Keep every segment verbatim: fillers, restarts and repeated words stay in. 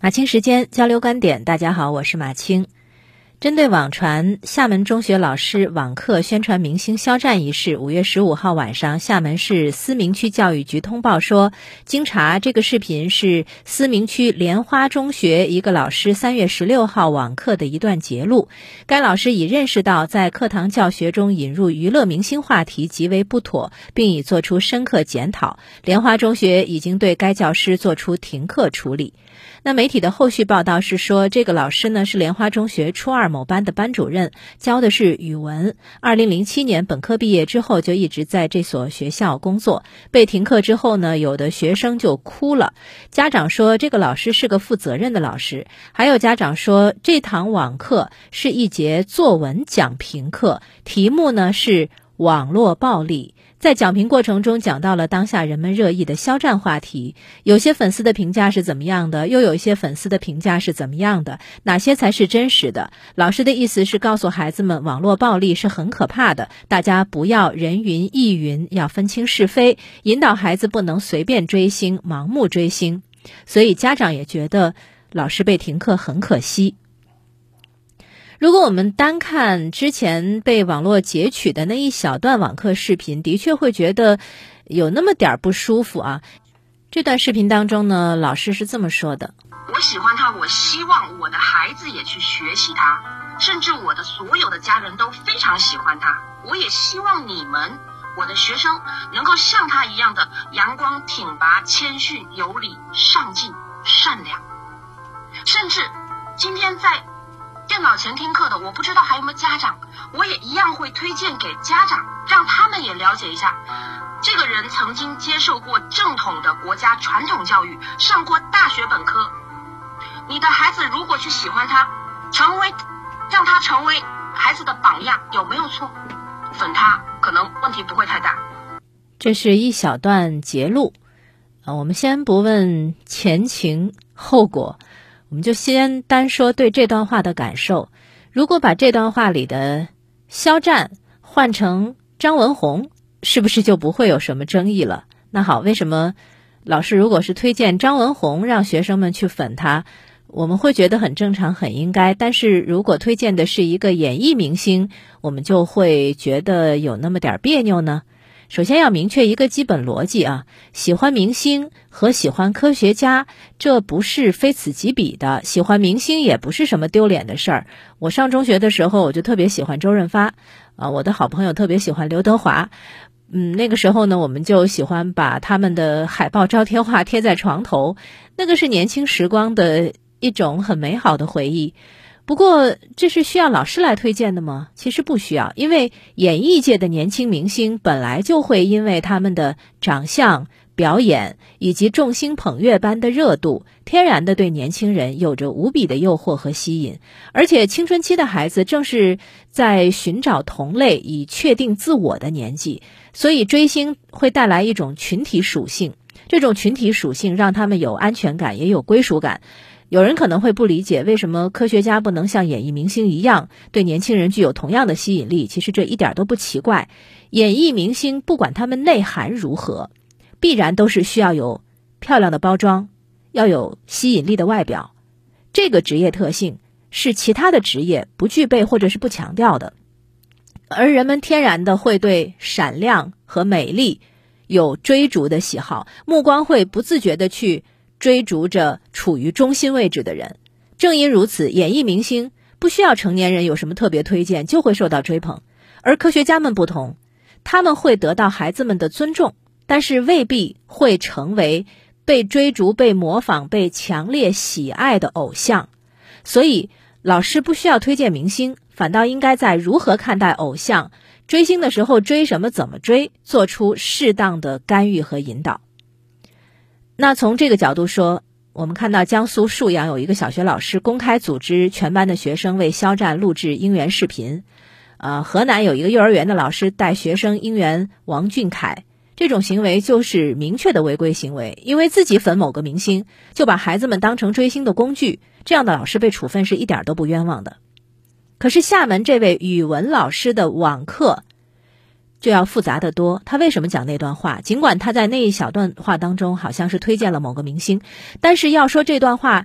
马青时间交流观点，大家好，我是马青。针对网传厦门中学老师网课宣传明星肖战一事，五月十五号晚上，厦门市思明区教育局通报说，经查，这个视频是思明区莲花中学一个老师三月十六号网课的一段节录。该老师已认识到在课堂教学中引入娱乐明星话题极为不妥，并已做出深刻检讨。莲花中学已经对该教师做出停课处理。那媒体的后续报道是说，这个老师呢是莲花中学初二某班的班主任，教的是语文。二零零七年本科毕业之后就一直在这所学校工作。被停课之后呢，有的学生就哭了。家长说这个老师是个负责任的老师，还有家长说这堂网课是一节作文讲评课，题目呢是网络暴力。在讲评过程中讲到了当下人们热议的肖战话题，有些粉丝的评价是怎么样的，又有一些粉丝的评价是怎么样的，哪些才是真实的？老师的意思是告诉孩子们，网络暴力是很可怕的，大家不要人云亦云，要分清是非，引导孩子不能随便追星，盲目追星。所以家长也觉得老师被停课很可惜。如果我们单看之前被网络截取的那一小段网课视频，的确会觉得有那么点不舒服啊。这段视频当中呢，老师是这么说的： 我喜欢他，我希望我的孩子也去学习他，甚至我的所有的家人都非常喜欢他。我也希望你们，我的学生，能够像他一样的阳光挺拔、谦逊、有礼、上进、善良。甚至今天在电脑前听课的，我不知道还有没有家长，我也一样会推荐给家长，让他们也了解一下，这个人曾经接受过正统的国家传统教育，上过大学本科。你的孩子如果去喜欢他，成为让他成为孩子的榜样，有没有错？粉他可能问题不会太大。 这是一小段节录，呃，我们先不问前情后果，我们就先单说对这段话的感受。如果把这段话里的肖战换成张文宏，是不是就不会有什么争议了？那好，为什么老师如果是推荐张文宏让学生们去粉他，我们会觉得很正常很应该，但是如果推荐的是一个演艺明星，我们就会觉得有那么点别扭呢？首先要明确一个基本逻辑啊，喜欢明星和喜欢科学家，这不是非此即彼的。喜欢明星也不是什么丢脸的事儿。我上中学的时候，我就特别喜欢周润发，啊，我的好朋友特别喜欢刘德华。嗯，那个时候呢，我们就喜欢把他们的海报照贴画贴在床头，那个是年轻时光的一种很美好的回忆。不过这是需要老师来推荐的吗？其实不需要，因为演艺界的年轻明星本来就会因为他们的长相、表演以及众星捧月般的热度，天然的对年轻人有着无比的诱惑和吸引。而且青春期的孩子正是在寻找同类以确定自我的年纪，所以追星会带来一种群体属性，这种群体属性让他们有安全感，也有归属感。有人可能会不理解，为什么科学家不能像演艺明星一样对年轻人具有同样的吸引力？其实这一点都不奇怪。演艺明星不管他们内涵如何，必然都是需要有漂亮的包装，要有吸引力的外表。这个职业特性是其他的职业不具备或者是不强调的。而人们天然的会对闪亮和美丽有追逐的喜好，目光会不自觉的去追逐着处于中心位置的人。正因如此，演艺明星不需要成年人有什么特别推荐就会受到追捧。而科学家们不同，他们会得到孩子们的尊重，但是未必会成为被追逐、被模仿、被强烈喜爱的偶像。所以老师不需要推荐明星，反倒应该在如何看待偶像、追星的时候追什么、怎么追，做出适当的干预和引导。那从这个角度说，我们看到江苏沭阳有一个小学老师公开组织全班的学生为肖战录制应援视频。呃，河南有一个幼儿园的老师带学生应援王俊凯，这种行为就是明确的违规行为，因为自己粉某个明星，就把孩子们当成追星的工具，这样的老师被处分是一点都不冤枉的。可是厦门这位语文老师的网课就要复杂得多。他为什么讲那段话？尽管他在那一小段话当中好像是推荐了某个明星，但是要说这段话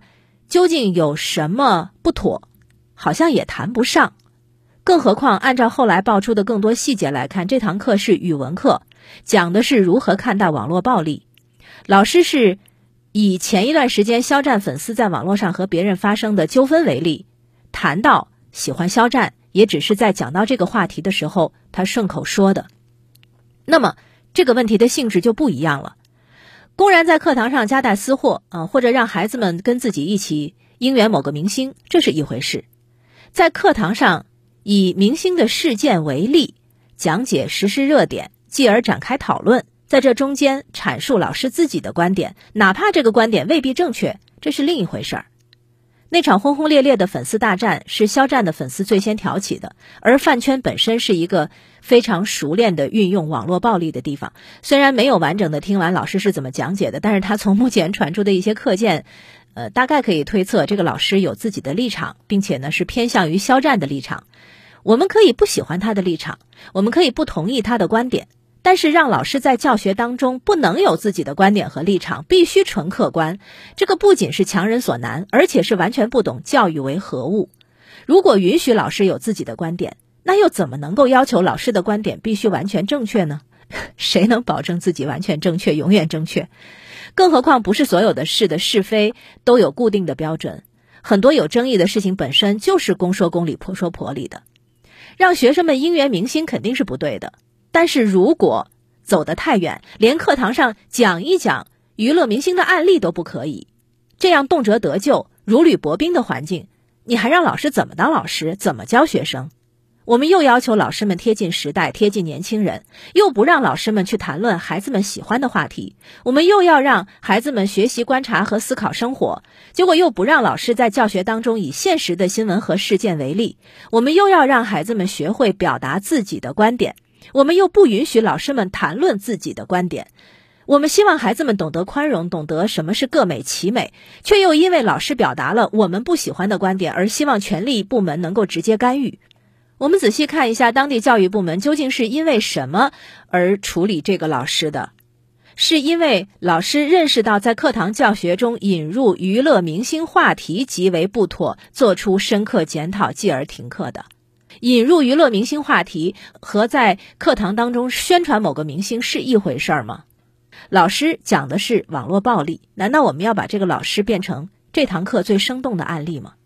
究竟有什么不妥，好像也谈不上。更何况按照后来爆出的更多细节来看，这堂课是语文课，讲的是如何看待网络暴力。老师是以前一段时间肖战粉丝在网络上和别人发生的纠纷为例，谈到喜欢肖战，也只是在讲到这个话题的时候他顺口说的。那么这个问题的性质就不一样了。公然在课堂上夹带私货啊，或者让孩子们跟自己一起应援某个明星，这是一回事。在课堂上以明星的事件为例，讲解时事热点，继而展开讨论，在这中间阐述老师自己的观点，哪怕这个观点未必正确，这是另一回事儿。那场轰轰烈烈的粉丝大战是肖战的粉丝最先挑起的，而饭圈本身是一个非常熟练的运用网络暴力的地方。虽然没有完整的听完老师是怎么讲解的，但是他从目前传出的一些课件呃，大概可以推测这个老师有自己的立场，并且呢是偏向于肖战的立场。我们可以不喜欢他的立场，我们可以不同意他的观点，但是让老师在教学当中不能有自己的观点和立场，必须纯客观，这个不仅是强人所难，而且是完全不懂教育为何物。如果允许老师有自己的观点，那又怎么能够要求老师的观点必须完全正确呢？谁能保证自己完全正确，永远正确？更何况不是所有的事的是非都有固定的标准，很多有争议的事情本身就是公说公理婆说婆理的。让学生们应援明星肯定是不对的，但是如果走得太远，连课堂上讲一讲娱乐明星的案例都不可以，这样动辄得咎、如履薄冰的环境，你还让老师怎么当老师，怎么教学生？我们又要求老师们贴近时代，贴近年轻人，又不让老师们去谈论孩子们喜欢的话题，我们又要让孩子们学习观察和思考生活，结果又不让老师在教学当中以现实的新闻和事件为例，我们又要让孩子们学会表达自己的观点，我们又不允许老师们谈论自己的观点。我们希望孩子们懂得宽容，懂得什么是各美其美，却又因为老师表达了我们不喜欢的观点而希望权力部门能够直接干预。我们仔细看一下当地教育部门究竟是因为什么而处理这个老师的。是因为老师认识到在课堂教学中引入娱乐明星话题极为不妥，做出深刻检讨，继而停课的。引入娱乐明星话题和在课堂当中宣传某个明星是一回事吗？老师讲的是网络暴力，难道我们要把这个老师变成这堂课最生动的案例吗？